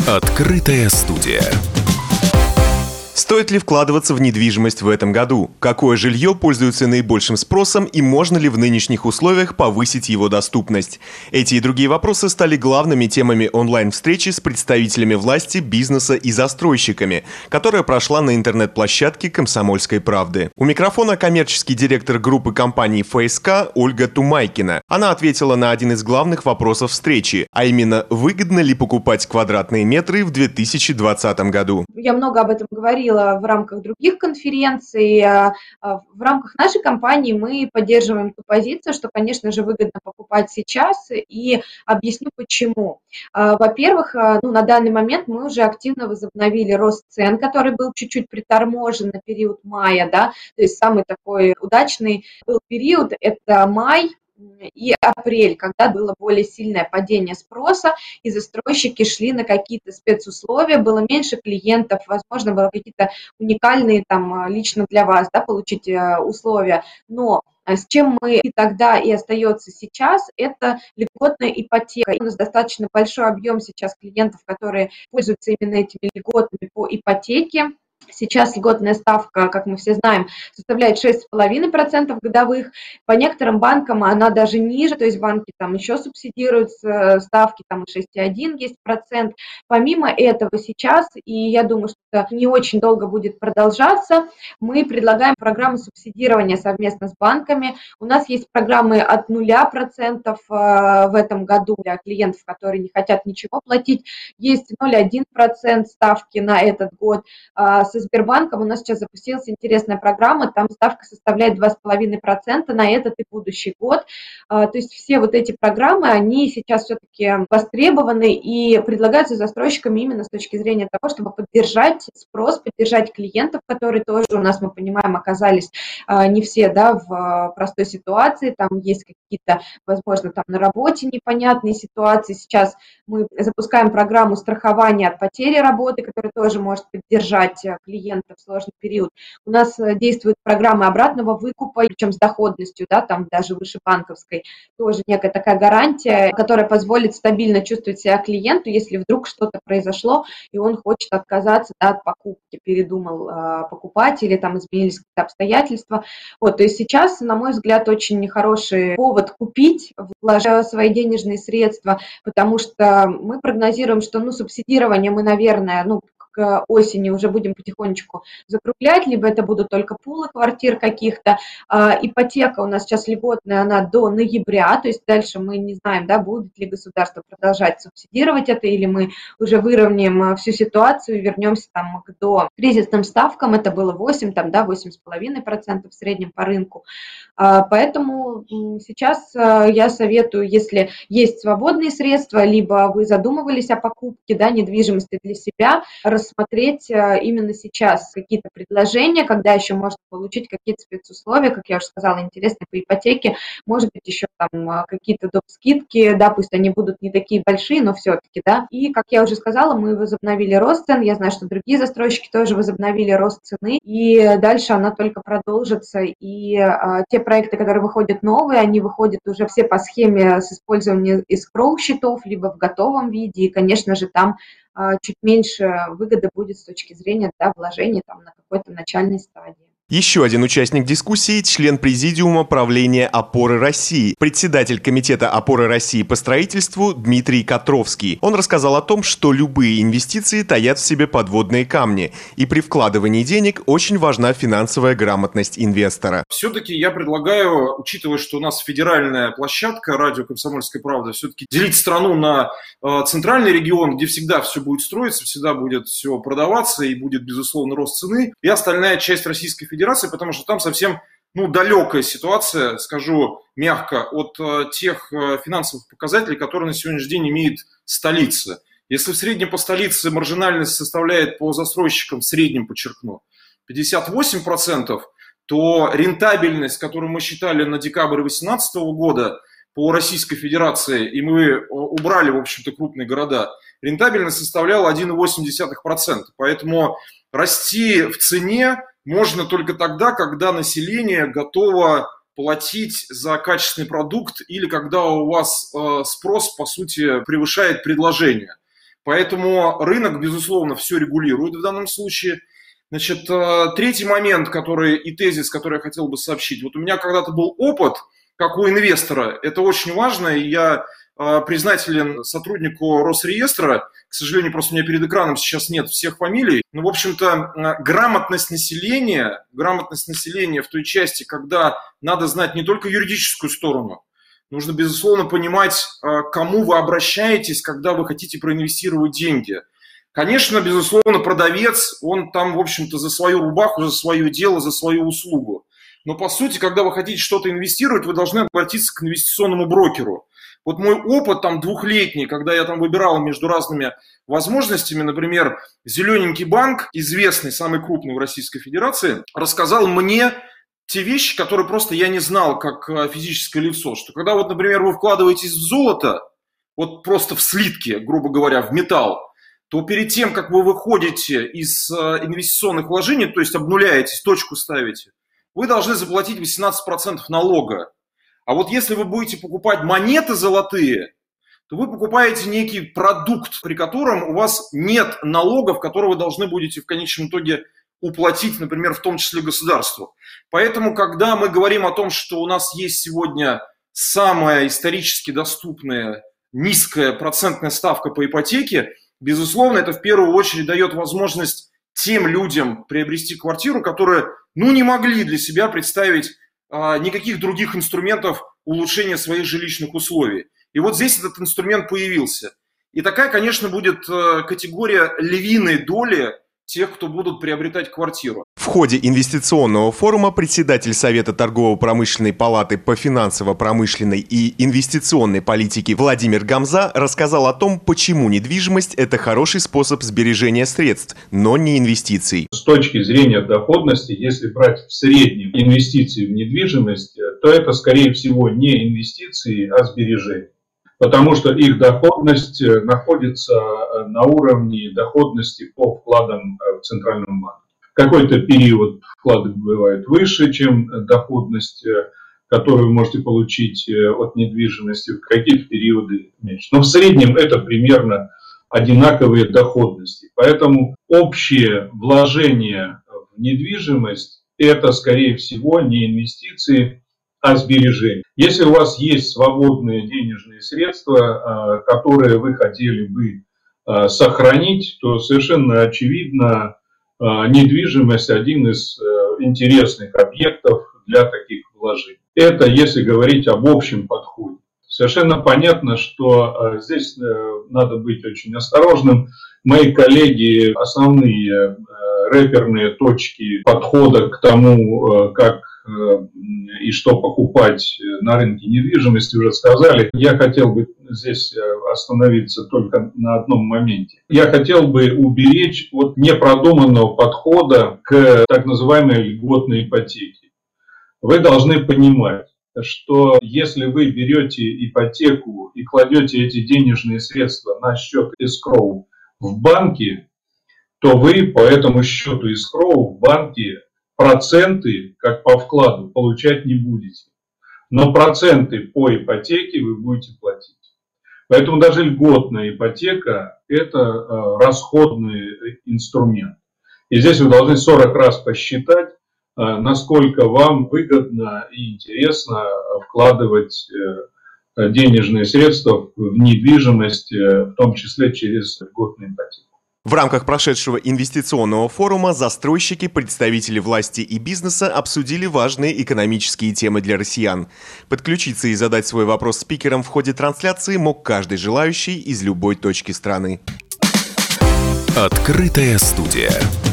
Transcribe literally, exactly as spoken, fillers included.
Открытая студия. Стоит ли вкладываться в недвижимость в этом году? Какое жилье пользуется наибольшим спросом и можно ли в нынешних условиях повысить его доступность? Эти и другие вопросы стали главными темами онлайн-встречи с представителями власти, бизнеса и застройщиками, которая прошла на интернет-площадке «Комсомольской правды». У микрофона коммерческий директор группы компаний эф эс ка Ольга Тумайкина. Она ответила на один из главных вопросов встречи, а именно, выгодно ли покупать квадратные метры в две тысячи двадцатом году. Я много об этом говорила в рамках других конференций. В рамках нашей компании мы поддерживаем ту позицию, что, конечно же, выгодно покупать сейчас, и объясню почему. Во-первых, ну, на данный момент мы уже активно возобновили рост цен, который был чуть-чуть приторможен на период мая, да, то есть самый такой удачный был период – это май и апрель, когда было более сильное падение спроса, и застройщики шли на какие-то спецусловия, было меньше клиентов, возможно, было какие-то уникальные там лично для вас, да, получить условия, но с чем мы и тогда, и остается сейчас, это льготная ипотека. У нас достаточно большой объем сейчас клиентов, которые пользуются именно этими льготами по ипотеке. Сейчас льготная ставка, как мы все знаем, составляет шесть целых пять десятых процента годовых. По некоторым банкам она даже ниже, то есть банки там еще субсидируют ставки, там и шесть целых одна десятая есть процент. Помимо этого сейчас, и я думаю, что это не очень долго будет продолжаться, мы предлагаем программу субсидирования совместно с банками. У нас есть программы от нуля процентов в этом году для клиентов, которые не хотят ничего платить. Есть ноль целых одна десятая процента ставки на этот год. Со Сбербанком у нас сейчас запустилась интересная программа, там ставка составляет два целых пять десятых процента на этот и будущий год. То есть все вот эти программы, они сейчас все-таки востребованы и предлагаются застройщиками именно с точки зрения того, чтобы поддержать спрос, поддержать клиентов, которые тоже у нас, мы понимаем, оказались не все, да, в простой ситуации, там есть какие-то, возможно, там на работе непонятные ситуации. Сейчас мы запускаем программу страхования от потери работы, которая тоже может поддержать клиента в сложный период. У нас действует программа обратного выкупа, причем с доходностью, да, там даже выше банковской, тоже некая такая гарантия, которая позволит стабильно чувствовать себя клиенту, если вдруг что-то произошло, и он хочет отказаться, да, от покупки, передумал э, покупать или там изменились какие-то обстоятельства. Вот, то есть сейчас, на мой взгляд, очень хороший повод купить, вложить свои денежные средства, потому что мы прогнозируем, что, ну, субсидирование мы, наверное, ну, к осени уже будем потихонечку закруглять, либо это будут только пулы квартир каких-то. А, ипотека у нас сейчас льготная, она до ноября, то есть дальше мы не знаем, да, будет ли государство продолжать субсидировать это, или мы уже выровняем всю ситуацию и вернемся там к до кризисным ставкам, это было восемь, там, да, восемь целых пять десятых процента в среднем по рынку. А, поэтому сейчас я советую, если есть свободные средства, либо вы задумывались о покупке, да, недвижимости для себя, рассмотреть именно сейчас какие-то предложения, когда еще можно получить какие-то спецусловия, как я уже сказала, интересные по ипотеке, может быть, еще там какие-то доп. Скидки, да, пусть они будут не такие большие, но все-таки, да. И, как я уже сказала, мы возобновили рост цен, я знаю, что другие застройщики тоже возобновили рост цены, и дальше она только продолжится, и а, те проекты, которые выходят новые, они выходят уже все по схеме с использованием эскроу-счетов, либо в готовом виде, и, конечно же, там чуть меньше выгоды будет с точки зрения, да, вложения там на какой-то начальной стадии. Еще один участник дискуссии – член президиума правления «Опоры России», председатель комитета «Опоры России» по строительству Дмитрий Котровский. Он рассказал о том, что любые инвестиции таят в себе подводные камни, и при вкладывании денег очень важна финансовая грамотность инвестора. Все-таки я предлагаю, учитывая, что у нас федеральная площадка радио «Комсомольская правда», все-таки делить страну на э, центральный регион, где всегда все будет строиться, всегда будет все продаваться и будет, безусловно, рост цены, и остальная часть Российской Федерации, потому что там совсем, ну, далекая ситуация, скажу мягко, от э, тех э, финансовых показателей, которые на сегодняшний день имеет столица. Если в среднем по столице маржинальность составляет по застройщикам, в среднем, подчеркну, пятьдесят восемь процентов, то рентабельность, которую мы считали на декабрь две тысячи восемнадцатого года по Российской Федерации, и мы убрали, в общем-то, крупные города, рентабельность составляла один целых восемь десятых процента. Поэтому расти в цене можно только тогда, когда население готово платить за качественный продукт или когда у вас э, спрос, по сути, превышает предложение. Поэтому рынок, безусловно, все регулирует в данном случае. Значит, третий момент, который и тезис, который я хотел бы сообщить. Вот у меня когда-то был опыт, как у инвестора, это очень важно, и я признателен сотруднику Росреестра. К сожалению, просто у меня перед экраном сейчас нет всех фамилий. Но, в общем-то, грамотность населения, грамотность населения в той части, когда надо знать не только юридическую сторону, нужно, безусловно, понимать, кому вы обращаетесь, когда вы хотите проинвестировать деньги. Конечно, безусловно, продавец, он там, в общем-то, за свою рубаху, за свое дело, за свою услугу. Но, по сути, когда вы хотите что-то инвестировать, вы должны обратиться к инвестиционному брокеру. Вот мой опыт там двухлетний, когда я там выбирал между разными возможностями, например, зелененький банк, известный, самый крупный в Российской Федерации, рассказал мне те вещи, которые просто я не знал как физическое лицо, что когда вот, например, вы вкладываетесь в золото, вот просто в слитки, грубо говоря, в металл, то перед тем, как вы выходите из инвестиционных вложений, то есть обнуляетесь, точку ставите, вы должны заплатить восемнадцать процентов налога. А вот если вы будете покупать монеты золотые, то вы покупаете некий продукт, при котором у вас нет налогов, которые вы должны будете в конечном итоге уплатить, например, в том числе государству. Поэтому, когда мы говорим о том, что у нас есть сегодня самая исторически доступная низкая процентная ставка по ипотеке, безусловно, это в первую очередь дает возможность тем людям приобрести квартиру, которые, ну, не могли для себя представить а, никаких других инструментов улучшения своих жилищных условий. И вот здесь этот инструмент появился. И такая, конечно, будет категория львиной доли тех, кто будут приобретать квартиру. В ходе инвестиционного форума председатель Совета торгово-промышленной палаты по финансово-промышленной и инвестиционной политике Владимир Гамза рассказал о том, почему недвижимость – это хороший способ сбережения средств, но не инвестиций. С точки зрения доходности, если брать в среднем инвестиции в недвижимость, то это, скорее всего, не инвестиции, а сбережения. Потому что их доходность находится на уровне доходности по вкладам в Центральном банке. В какой-то период вклады бывают выше, чем доходность, которую вы можете получить от недвижимости, в какие-то периоды меньше. Но в среднем это примерно одинаковые доходности. Поэтому общее вложение в недвижимость – это, скорее всего, не инвестиции, а сбережения. Если у вас есть свободные денежные средства, которые вы хотели бы сохранить, то совершенно очевидно, недвижимость – один из интересных объектов для таких вложений. Это если говорить об общем подходе. Совершенно понятно, что здесь надо быть очень осторожным. Мои коллеги основные реперные точки подхода к тому, как и что покупать на рынке недвижимости, уже сказали. Я хотел бы здесь остановиться только на одном моменте. Я хотел бы уберечь от непродуманного подхода к так называемой льготной ипотеке. Вы должны понимать, что если вы берете ипотеку и кладете эти денежные средства на счет эскроу в банке, то вы по этому счету эскроу в банке проценты, как по вкладу, получать не будете. Но проценты по ипотеке вы будете платить. Поэтому даже льготная ипотека – это расходный инструмент. И здесь вы должны сорок раз посчитать, насколько вам выгодно и интересно вкладывать денежные средства в недвижимость, в том числе через льготную ипотеку. В рамках прошедшего инвестиционного форума застройщики, представители власти и бизнеса обсудили важные экономические темы для россиян. Подключиться и задать свой вопрос спикерам в ходе трансляции мог каждый желающий из любой точки страны. Открытая студия.